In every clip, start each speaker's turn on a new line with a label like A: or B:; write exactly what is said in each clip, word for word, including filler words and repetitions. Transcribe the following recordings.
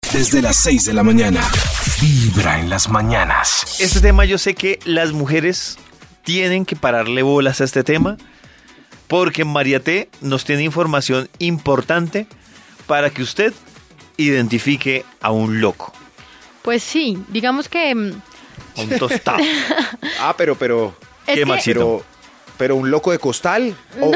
A: Desde las seis de la mañana. Vibra en las mañanas.
B: Este tema yo sé que las mujeres tienen que pararle bolas a este tema porque María T nos tiene información importante para que usted identifique a un loco.
C: Pues sí, digamos que...
B: A un tostado.
D: Ah, pero, pero...
C: Es
B: ¿Qué,
C: que-
B: Maxito?
D: Pero, pero un loco de costal. O-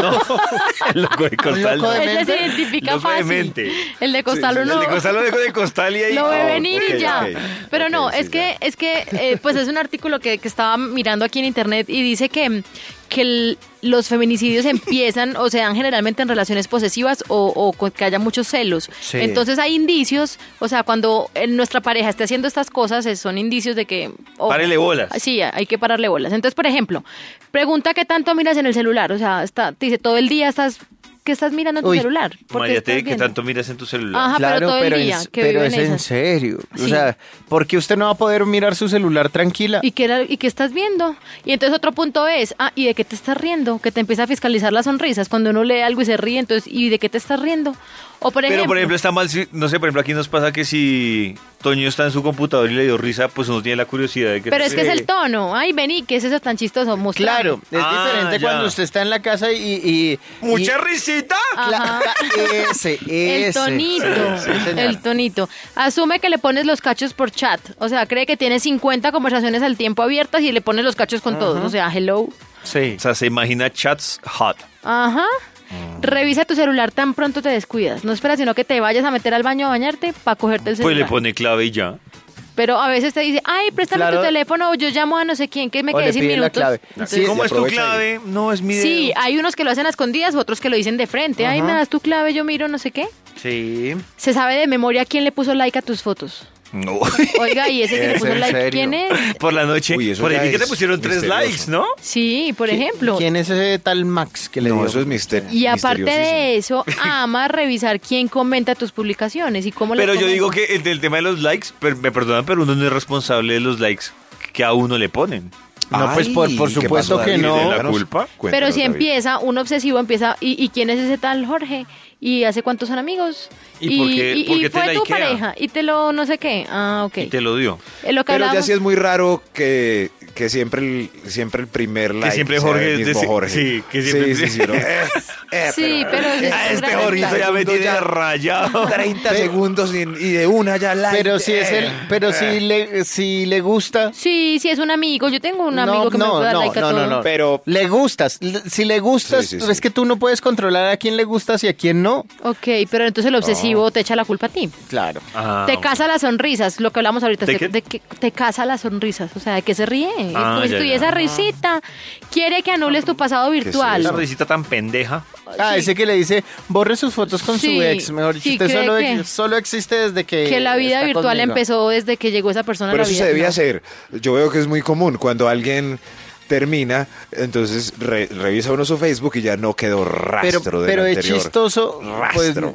B: El loco de costal.
E: loco de
B: no.
C: Ese se identifica
B: Loco de
C: fácil.
B: mente.
C: El de costal
B: Sí,
C: uno...
B: El de costal lo dejo de costal y ahí...
C: Lo ve
D: Oh,
C: venir
D: ok,
C: y ya.
D: ok.
C: Pero
D: Ok,
C: no,
D: sí,
C: es que,
D: ya.
C: es que eh, pues es un artículo que, que estaba mirando aquí en internet y dice que, que el- los feminicidios empiezan o se dan generalmente en relaciones posesivas o, o con que haya muchos celos.
E: Sí.
C: Entonces hay indicios, o sea, cuando eh, nuestra pareja esté haciendo estas cosas, eh, son indicios de que... ojo,
B: Párele bolas.
C: Sí, hay que pararle bolas. Entonces, por ejemplo, pregunta qué tanto miras en el celular. O sea, está, te dice, todo el día estás... ¿Qué estás mirando en tu
E: Uy.
C: celular? ¿Por qué
B: María
C: estás
B: T, ¿qué
C: viendo?
B: tanto miras en tu celular?
C: Ajá, pero todo el
E: en-
C: día, que
E: pero
C: vive
E: es
C: en
E: en
C: esas.
E: serio.
C: Sí.
E: O sea, ¿por qué usted no va a poder mirar su celular tranquila?
C: ¿Y qué, era- ¿Y qué estás viendo? Y entonces otro punto es, ah, ¿y de qué te estás riendo? Que te empieza a fiscalizar las sonrisas. Cuando uno lee algo y se ríe, entonces, ¿y de qué te estás riendo? O por ejemplo...
B: Pero, por ejemplo, está mal, si- no sé, por ejemplo, aquí nos pasa que si Toño está en su computador y le dio risa, pues uno tiene la curiosidad de que...
C: pero es que es
E: Sí.
C: el tono. Ay, vení, ¿qué es eso tan chistoso? Mostrame.
E: Claro, es
B: Ah,
E: diferente
B: ya.
E: cuando usted está en la casa y... y-
B: ¡Mucha
E: y-
B: risita!
C: Ajá.
E: Ese, ese.
C: El tonito,
E: Sí, sí, señor.
C: el tonito. Asume que le pones los cachos por chat. O sea, cree que tiene cincuenta conversaciones al tiempo abiertas y le pones los cachos con todos. O sea, hello.
E: Sí.
B: O sea, se imagina chats hot.
C: Ajá. Revisa tu celular tan pronto te descuidas. No esperas sino que te vayas a meter al baño a bañarte para cogerte el
B: Pues
C: celular.
B: le pone clave y ya.
C: Pero a veces te dice, ay, préstame
E: Claro.
C: tu teléfono o yo llamo a no sé quién que me
E: O
C: quedé
E: le
C: sin
E: pide la
C: minutos.
E: clave.
C: Entonces,
E: Sí,
B: ¿Cómo
D: y
B: es tu
D: aprovecha
B: clave? No, es mi dedo.
C: sí, hay unos que lo hacen a escondidas, otros que lo dicen de frente. Ay, me das tu clave, yo miro no sé qué.
E: Sí.
C: Se sabe de memoria quién le puso like a tus fotos.
B: No.
C: Oiga, y ese que le
E: ¿Es
C: puso
E: en
C: like,
E: serio?
C: ¿quién es?
B: Por la noche.
D: Uy, eso
B: por ahí
D: ya
B: vi que te
D: es
B: pusieron tres
D: misterioso.
B: likes, ¿no?
C: Sí, por ejemplo.
E: ¿Quién es ese tal Max que le
D: No,
E: dio?
D: eso es misterio.
C: Y aparte de eso, ama revisar quién comenta tus publicaciones y cómo las
B: Pero yo
C: comenta.
B: digo que el del tema de los likes, per- me perdonan, pero uno no es responsable de los likes que a uno le ponen.
E: No, pues, por- por
D: ¿qué
E: supuesto
D: pasó,
E: que
D: David?
E: no.
B: ¿De la
D: Cuéntanos,
B: culpa?
C: Pero
D: cuéntanos,
C: si
D: David.
C: empieza, un obsesivo empieza, ¿y, y quién es ese tal Jorge? ¿Y hace cuántos son amigos?
B: ¿Y por qué-
C: y,
B: por
C: y
B: qué te
C: fue tu
B: likea?
C: pareja, y te lo no sé qué. Ah, ok.
B: Y te lo dio.
C: Es lo que
D: Pero ya
C: hablamos.
D: sí es muy raro que, que siempre, el, siempre el primer like
B: siempre
D: sea
B: Jorge
D: el
B: es
D: mismo
B: de-
D: Jorge.
B: sí, que siempre-
D: Sí, sí, sí, ¿no? Eh, eh,
C: Sí, pero... es
B: Ah,
C: un
B: este
C: gran-
B: Jorgito ya me
D: segundos
B: tiene
D: ya.
B: rayado.
D: treinta
E: Pero-
D: segundos y, y de una ya like.
E: Pero si es
D: eh.
E: el, pero si le, si le gusta.
C: Sí, sí, es un amigo. Yo tengo un amigo que me puede dar like a
E: no,
C: todo.
E: no, no.
D: Pero
E: Le gustas. Le- Si le gustas,
D: Sí, sí, sí.
E: es que tú no puedes controlar a quién le gustas y a quién no.
C: Ok, pero entonces el obsesivo te echa la culpa a ti.
E: Claro.
B: Ah,
C: te casa las sonrisas, lo que hablamos ahorita.
B: ¿De
C: se-
B: qué?
C: de que te casa las sonrisas. O sea, ¿de qué se ríe? Es
B: Ah,
C: como si
B: ya,
C: tuviese
B: ya.
C: esa risita. Quiere que anules tu pasado virtual.
B: Esa risita tan pendeja.
E: Ah,
C: Sí.
E: ese que le dice, borre sus fotos con
C: Sí,
E: su ex. Mejor dicho,
C: sí,
E: usted
C: cree
E: solo,
C: que-
E: solo existe desde que.
C: Que la vida
E: está
C: virtual
E: conmigo.
C: empezó desde que llegó esa persona
D: Pero
C: a la
D: eso
C: vida.
D: se debía
C: No.
D: hacer. Yo veo que es muy común. Cuando alguien termina, entonces re- revisa uno su Facebook y ya no quedó rastro
E: Pero,
D: del
E: pero es
D: anterior.
E: chistoso. Pues,
D: Rastro.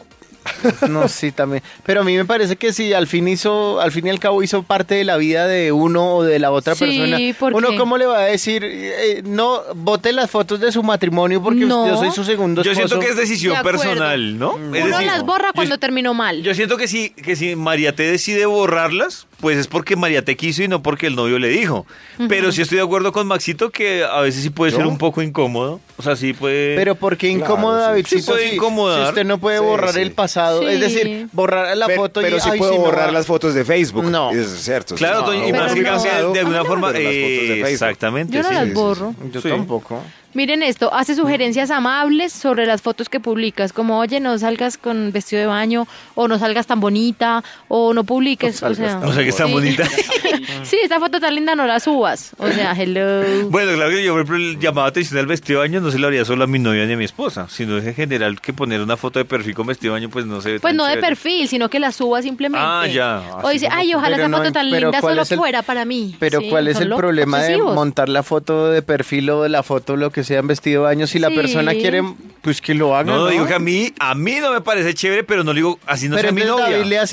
E: no, sí, también. Pero a mí me parece que si al fin hizo, al fin y al cabo hizo parte de la vida de uno o de la otra
C: Sí,
E: persona,
C: ¿por
E: uno
C: qué?
E: cómo le va a decir, eh, no, bote las fotos de su matrimonio porque
C: No.
E: yo soy su segundo
B: Yo
E: esposo?
B: siento que es decisión
C: De acuerdo.
B: personal, ¿no? Es
C: Uno
B: decir,
C: las borra
B: yo-
C: cuando terminó mal.
B: Yo siento que si, que si María T decide borrarlas, pues es porque María T quiso y no porque el novio le dijo. Pero sí estoy de acuerdo con Maxito que a veces sí puede
D: ¿Yo?
B: ser un poco incómodo. O sea, sí puede...
E: Pero ¿por qué
D: Claro,
E: incómodo,
D: sí.
E: Davidcito?
B: Sí puede
E: si,
B: incomodar.
E: si usted no puede
D: Sí,
E: borrar
D: sí.
E: el pasado.
C: Sí.
E: Es decir, borrar la
D: Pe-
E: foto
D: pero
E: y...
D: sí
E: ay,
D: puedo
E: no
D: borrar
E: va.
D: las fotos de Facebook.
E: No.
D: Es cierto. sí.
B: Claro,
D: No,
B: Toño, y
C: pero
B: más que
C: no.
B: cambie de alguna
D: No,
B: forma...
D: pero las fotos de
B: eh,
D: Facebook.
B: exactamente,
C: Yo no
B: sí.
C: las
D: sí, sí.
C: borro.
E: Yo
B: Sí.
E: tampoco.
C: Miren esto, hace sugerencias amables sobre las fotos que publicas, como, oye, no salgas con vestido de baño, o no salgas tan bonita, o no publiques,
E: No
C: o
E: salgas
C: sea...
E: tan
B: O sea, que está
C: sí.
B: bonita.
C: Sí, esta foto tan linda no la subas, o sea, hello.
B: Bueno, claro que yo, por ejemplo, el llamado atención al vestido de baño no se lo haría solo a mi novia ni a mi esposa, sino en general que poner una foto de perfil con vestido de baño pues no se ve
C: Pues
B: tan
C: no de
B: chévere.
C: perfil, sino que la suba simplemente.
B: Ah, ya,
C: O
B: así
C: dice,
B: como-
C: ay, ojalá
E: Pero
C: esa
E: no,
C: foto tan
E: pero
C: linda
E: ¿cuál
C: solo
E: es el-
C: fuera para mí.
E: Pero
C: Sí,
E: ¿cuál es
C: son
E: el
C: locos,
E: problema de
C: obsesivos.
E: montar la foto de perfil o de la foto, lo que sea, en vestido de baño? Si la
C: Sí.
E: persona quiere, pues que lo haga,
B: No,
E: ¿no?
B: digo que a mí, a mí no me parece chévere, pero no le digo así no
E: Pero
B: sea mi
E: entonces
B: novia.
E: David le hace...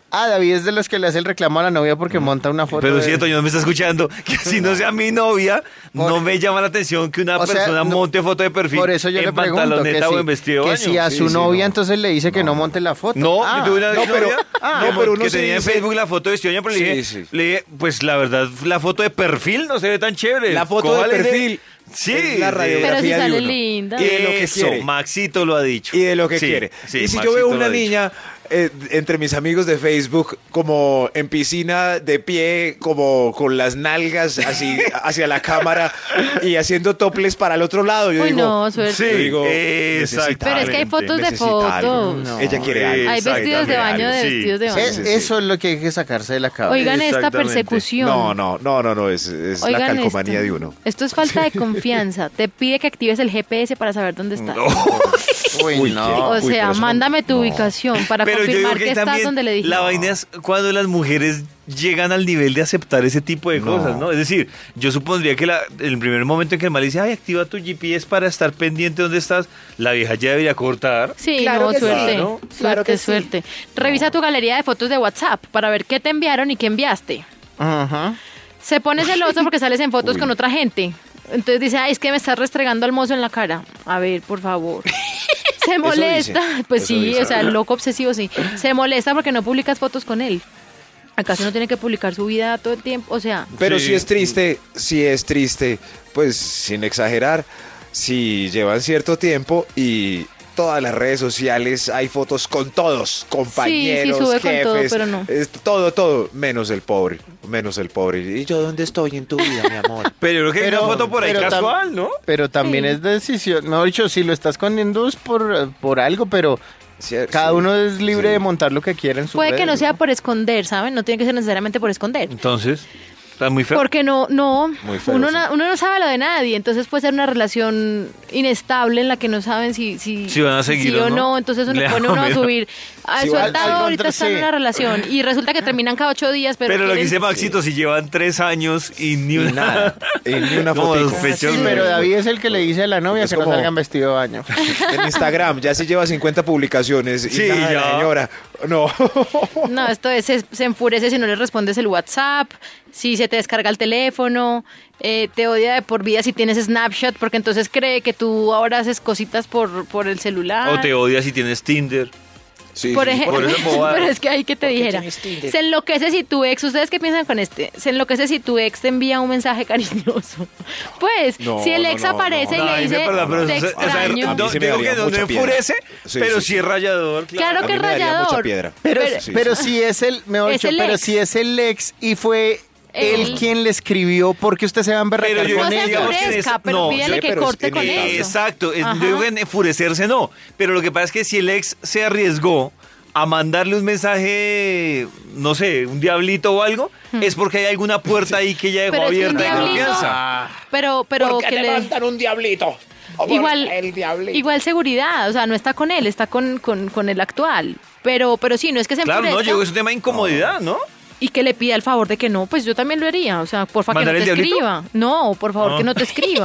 E: Ah, David es de los que le hace el reclamo a la novia porque monta una foto.
B: Pero
E: de...
B: si Toño no me está escuchando, que si no sea mi novia,
E: Por-
B: no me llama la atención que una
E: O sea,
B: persona
E: no-
B: monte foto de perfil
E: Por eso yo
B: en
E: le pregunto que
B: pantaloneta
E: si,
B: o en vestido de
E: que
B: baño.
E: si a
D: Sí,
E: su
D: sí,
E: novia
D: no.
E: entonces le dice que no monte la foto.
B: No,
E: Ah,
B: yo tuve una
D: no, pero-
B: novia
D: ah,
B: que,
D: no, pero uno
B: que
D: se
B: tenía en
D: dice-
B: Facebook la foto de este año, pero le dije,
D: Sí, sí.
B: le dije, pues la verdad, la foto de perfil no se ve tan chévere.
D: La foto de
B: Cójale ese-
D: perfil
B: Sí,
D: es la
B: sí.
D: radiografía
C: Pero si
D: de
C: sale
D: uno.
C: linda.
D: Y de lo que
B: Eso,
D: quiere.
B: Maxito lo ha dicho.
D: Y de lo que
B: Sí,
D: quiere.
B: sí,
D: y si
B: Maxito
D: yo veo
B: lo
D: una
B: ha dicho.
D: niña eh, entre mis amigos de Facebook como en piscina de pie, como con las nalgas así hacia la cámara y haciendo toples para el otro lado, yo
C: Uy,
D: digo,
C: no, suerte.
B: Sí,
D: yo digo,
B: exactamente.
D: necesita
C: Pero es que hay
D: algo,
C: fotos de
D: necesita algo.
C: fotos.
E: No.
D: Ella quiere algo.
C: Hay vestidos de baño de
B: Sí.
C: vestidos de baño.
E: Eh,
D: Sí, sí, sí.
E: Eso es lo que hay que sacarse de la cabeza.
C: Oigan esta
B: Exactamente.
C: persecución.
D: No, no, no, no, no, es, es la
C: Oigan
D: calcomanía
C: esto.
D: de uno.
C: Esto es falta de confianza. Te pide que actives el G P S para saber dónde estás.
E: Uy,
D: Uy,
E: no.
D: qué-
C: O
D: Uy,
C: sea,
D: pero eso no-
C: mándame tu
D: no.
C: ubicación para
B: Pero yo digo
C: confirmar
B: que,
C: que, estás
B: también
C: donde le dije.
B: la vaina es cuando las mujeres llegan al nivel de aceptar ese tipo de
D: No.
B: cosas, ¿no? Es decir, yo supondría que la, el primer momento en que el mal dice, ay, activa tu G P S para estar pendiente de dónde estás, la vieja ya debería cortar.
C: Sí,
D: Claro
C: no,
D: que sí.
C: suerte.
B: Claro.
C: Suerte,
D: Claro que sí.
C: suerte. Revisa tu galería de fotos de WhatsApp para ver qué te enviaron y qué enviaste.
E: Ajá.
C: Se pone celoso porque sales en fotos
D: Uy.
C: con otra gente. Entonces dice, ay, es que me estás restregando al mozo en la cara. A ver, por favor. Se molesta.
D: dice,
C: Pues
D: eso
C: sí,
D: dice.
C: o sea, el loco obsesivo sí. Se molesta porque no publicas fotos con él. ¿Acaso no tiene que publicar su vida todo el tiempo? O sea,
D: Pero
B: Sí.
D: si es triste, si es triste, pues sin exagerar, si llevan cierto tiempo y todas las redes sociales hay fotos con todos, compañeros,
C: sube con
D: jefes,
C: todo, pero no.
D: es todo, todo, menos el pobre, menos el pobre. ¿Y yo dónde estoy en tu vida, mi amor?
B: Pero yo creo que hay
E: Pero-
B: una foto por ahí
E: pero tam-
B: casual, ¿no?
E: Pero también
C: Sí.
E: es decisión. Mejor dicho, si lo estás escondiendo es por, por algo, pero
D: Sí,
E: cada
D: sí,
E: uno es libre
D: sí.
E: de montar lo que quiera en su
C: puede que
E: redes,
C: no sea por esconder, ¿saben? No tiene que ser necesariamente por esconder.
B: Entonces, está muy feo.
C: Porque no, no,
D: Muy feo,
C: uno,
D: sí.
C: na- uno no sabe lo de nadie, entonces puede ser una relación inestable en la que no saben si, si,
B: Si van a seguir
C: sí
B: o
C: o
B: no.
C: no, entonces uno
B: Le
C: pone
B: da
C: uno a
B: miedo.
C: subir, ah,
E: Sí,
C: su
E: al-
C: atado
E: al
C: ahorita
E: contra-
C: está en
E: sí.
C: una relación y resulta que terminan cada ocho días, pero,
B: Pero, lo que
C: quieren-
B: dice Maxito, si llevan tres años y ni
D: Y
B: una...
D: nada, y ni una
B: Como
D: fotico.
B: sospechoso.
E: Sí, pero David es el que le dice a la novia
D: Es
E: que
D: como-
E: no salgan vestido de baño.
D: En Instagram ya se lleva cincuenta publicaciones y
B: Sí,
D: nada de la
B: ya.
D: señora. No.
C: No, esto es, se, se enfurece si no le respondes el WhatsApp, si se te descarga el teléfono, eh, te odia de por vida si tienes Snapchat, porque entonces cree que tú ahora haces cositas por, por el celular.
B: O te odia si tienes Tinder.
D: Sí,
C: Por
D: sí,
C: ejemplo,
B: por eso bobada.
C: pero es que hay que te dijera,
D: tienes Tinder?
C: se enloquece si tu ex, ¿ustedes qué piensan con este? Se enloquece si tu ex te envía un mensaje cariñoso. Pues,
D: No,
C: si el
D: no,
C: ex
D: no,
C: aparece
D: no.
C: y
B: No,
C: le
B: ahí me
C: dice,
B: perdona, pero
C: te
B: eso- o sea,
C: extraño.
D: a mí
B: no,
D: sí me
B: digo
D: daría
B: que no
D: mucha
B: me
D: piedra.
B: enfurece,
D: Sí,
B: pero
D: sí,
B: sí,
D: sí.
B: es rayador.
C: Claro
D: A
C: que
D: mí
C: es
D: me daría mucha
C: rayador.
D: piedra.
E: Pero,
C: Pero-
D: Sí,
E: pero
D: sí.
E: si es el, mejor
C: Es
E: dicho,
C: el
E: pero
C: ex.
E: si es el ex y fue él,
C: Él.
E: quien le escribió, porque usted se va a emberrecar
B: Pero yo
C: No
E: con
C: se
B: digo,
E: ella.
B: digamos que
C: enfurezca,
B: es-
C: pero
B: no,
C: pídale
D: sí,
C: que
D: pero es
C: corte
D: que
C: con
D: ni-
C: eso.
B: Exacto, es-
C: Ajá.
B: yo digo que en enfurecerse no, pero lo que pasa es que si el ex se arriesgó a mandarle un mensaje, no sé, un diablito o algo, es porque hay alguna puerta ahí que ella dejó
C: Pero es que un
B: abierta de
C: diablito-
B: confianza.
C: Pero, pero que le...
D: un diablito?
C: Igual, igual seguridad, o sea, no está con él, está con, con, con el actual. Pero, pero sí, no es que se
B: Claro, no,
C: enfurezca
B: yo digo, es un tema de incomodidad, ¿no?
C: y que le pida el favor de que no, pues yo también lo haría. O sea, por favor que no
B: ¿Mandar
C: te
B: el diablito?
C: escriba. No, por favor
B: Ah.
C: que no te escriba.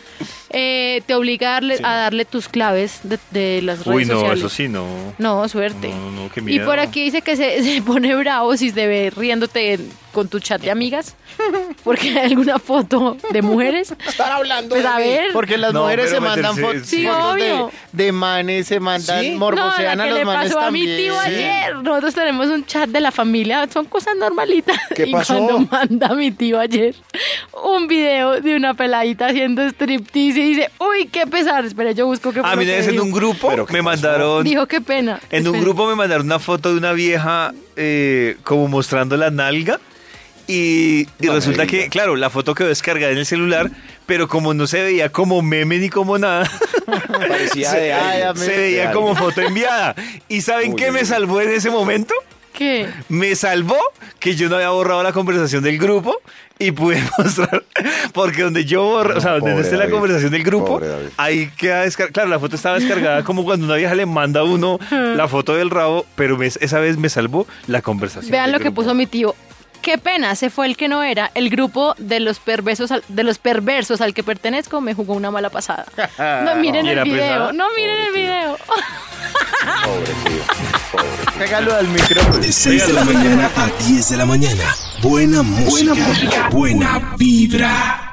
C: Eh, te obliga a darle,
D: Sí.
C: a darle tus claves de, de las redes
B: Uy, no,
C: sociales.
B: eso sí, no.
C: No, suerte.
B: No, no, qué
C: Y
B: miedo.
C: por aquí dice que se, se pone bravo si se ve riéndote con tu chat de amigas. Porque hay alguna foto de mujeres.
D: Están hablando
C: Pues a ver.
E: Porque las
B: No,
E: mujeres
B: pero
E: se mandan
B: meterse-
E: fotos,
C: Sí,
E: fotos de,
C: obvio.
E: de manes, se mandan,
D: ¿Sí?
E: morbosean
C: no,
E: a
C: la que
E: los
C: le
E: manes
C: pasó a mi
E: también.
C: tío
E: Sí.
C: ayer. Nosotros tenemos un chat de la familia, son cosas normalitas.
D: ¿Qué
C: y
D: pasó?
C: cuando manda mi tío ayer un video de una peladita haciendo striptease y dice, uy, qué pesar. Espera, yo busco qué fue
B: A
C: lo
B: mí una
C: que
B: vez en
C: dijo.
B: un grupo
D: ¿Pero qué
B: me
D: pasó?
B: mandaron...
C: Dijo, qué pena.
B: En un
C: Espera.
B: grupo me mandaron una foto de una vieja eh, como mostrando la nalga y, y
D: No me
B: resulta que,
D: digas.
B: claro, la foto quedó descargada en el celular, pero como no se veía como meme ni como nada,
D: Parecía
B: se,
D: de
E: ay,
D: alguien.
E: a mí-
B: se veía
D: de
B: como
D: alguien.
B: foto enviada. ¿Y saben
D: Uy,
B: qué me
D: uy.
B: salvó en ese momento?
C: ¿Qué?
B: Me salvó que yo no había borrado la conversación del grupo y pude mostrar, porque donde yo borro, o sea, donde no
D: pobre
B: esté la
D: David,
B: conversación del grupo,
D: pobre David.
B: ahí queda descargada. Claro, la foto estaba descargada como cuando una vieja le manda a uno la foto del rabo, pero me- esa vez me salvó la conversación.
C: Vean
B: del
C: lo que
B: grupo.
C: puso mi tío. Qué pena, se fue el que no era. El grupo de los perversos al, de los perversos al que pertenezco me jugó una mala pasada. No miren
B: ¿Y
C: el
B: era
C: video.
B: pesada?
C: No miren el
D: Pobre tío.
C: video.
D: Pobre tío, pobre tío.
E: Pégalo al micrófono.
A: De seis de la mañana a diez de la mañana. Buena música. Buena música. Buena vibra.